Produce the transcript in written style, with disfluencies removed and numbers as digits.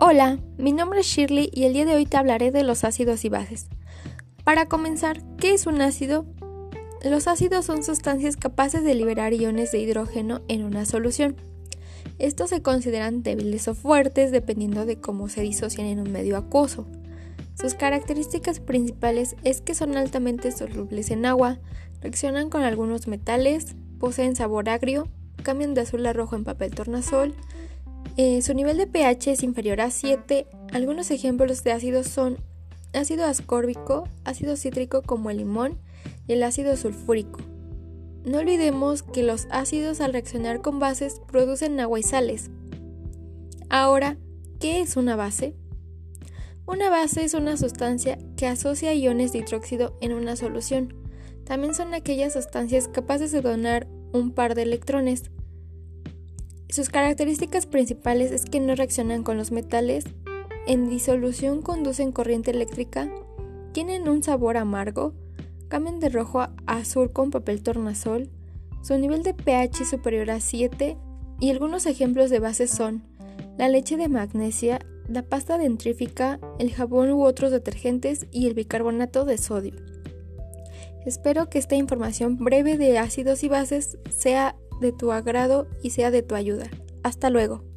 Hola, mi nombre es Shirley y el día de hoy te hablaré de los ácidos y bases. Para comenzar, ¿qué es un ácido? Los ácidos son sustancias capaces de liberar iones de hidrógeno en una solución. Estos se consideran débiles o fuertes dependiendo de cómo se disocian en un medio acuoso. Sus características principales es que son altamente solubles en agua, reaccionan con algunos metales, poseen sabor agrio, cambian de azul a rojo en papel tornasol. Su nivel de pH es inferior a 7. Algunos ejemplos de ácidos son ácido ascórbico, ácido cítrico como el limón y el ácido sulfúrico. No olvidemos que los ácidos al reaccionar con bases producen agua y sales. Ahora, ¿qué es una base? Una base es una sustancia que asocia iones de hidróxido en una solución. También son aquellas sustancias capaces de donar un par de electrones. Sus características principales es que no reaccionan con los metales, en disolución conducen corriente eléctrica, tienen un sabor amargo, cambian de rojo a azul con papel tornasol, su nivel de pH es superior a 7 y algunos ejemplos de bases son la leche de magnesia, la pasta dentrífica, el jabón u otros detergentes y el bicarbonato de sodio. Espero que esta información breve de ácidos y bases sea de tu agrado y sea de tu ayuda. Hasta luego.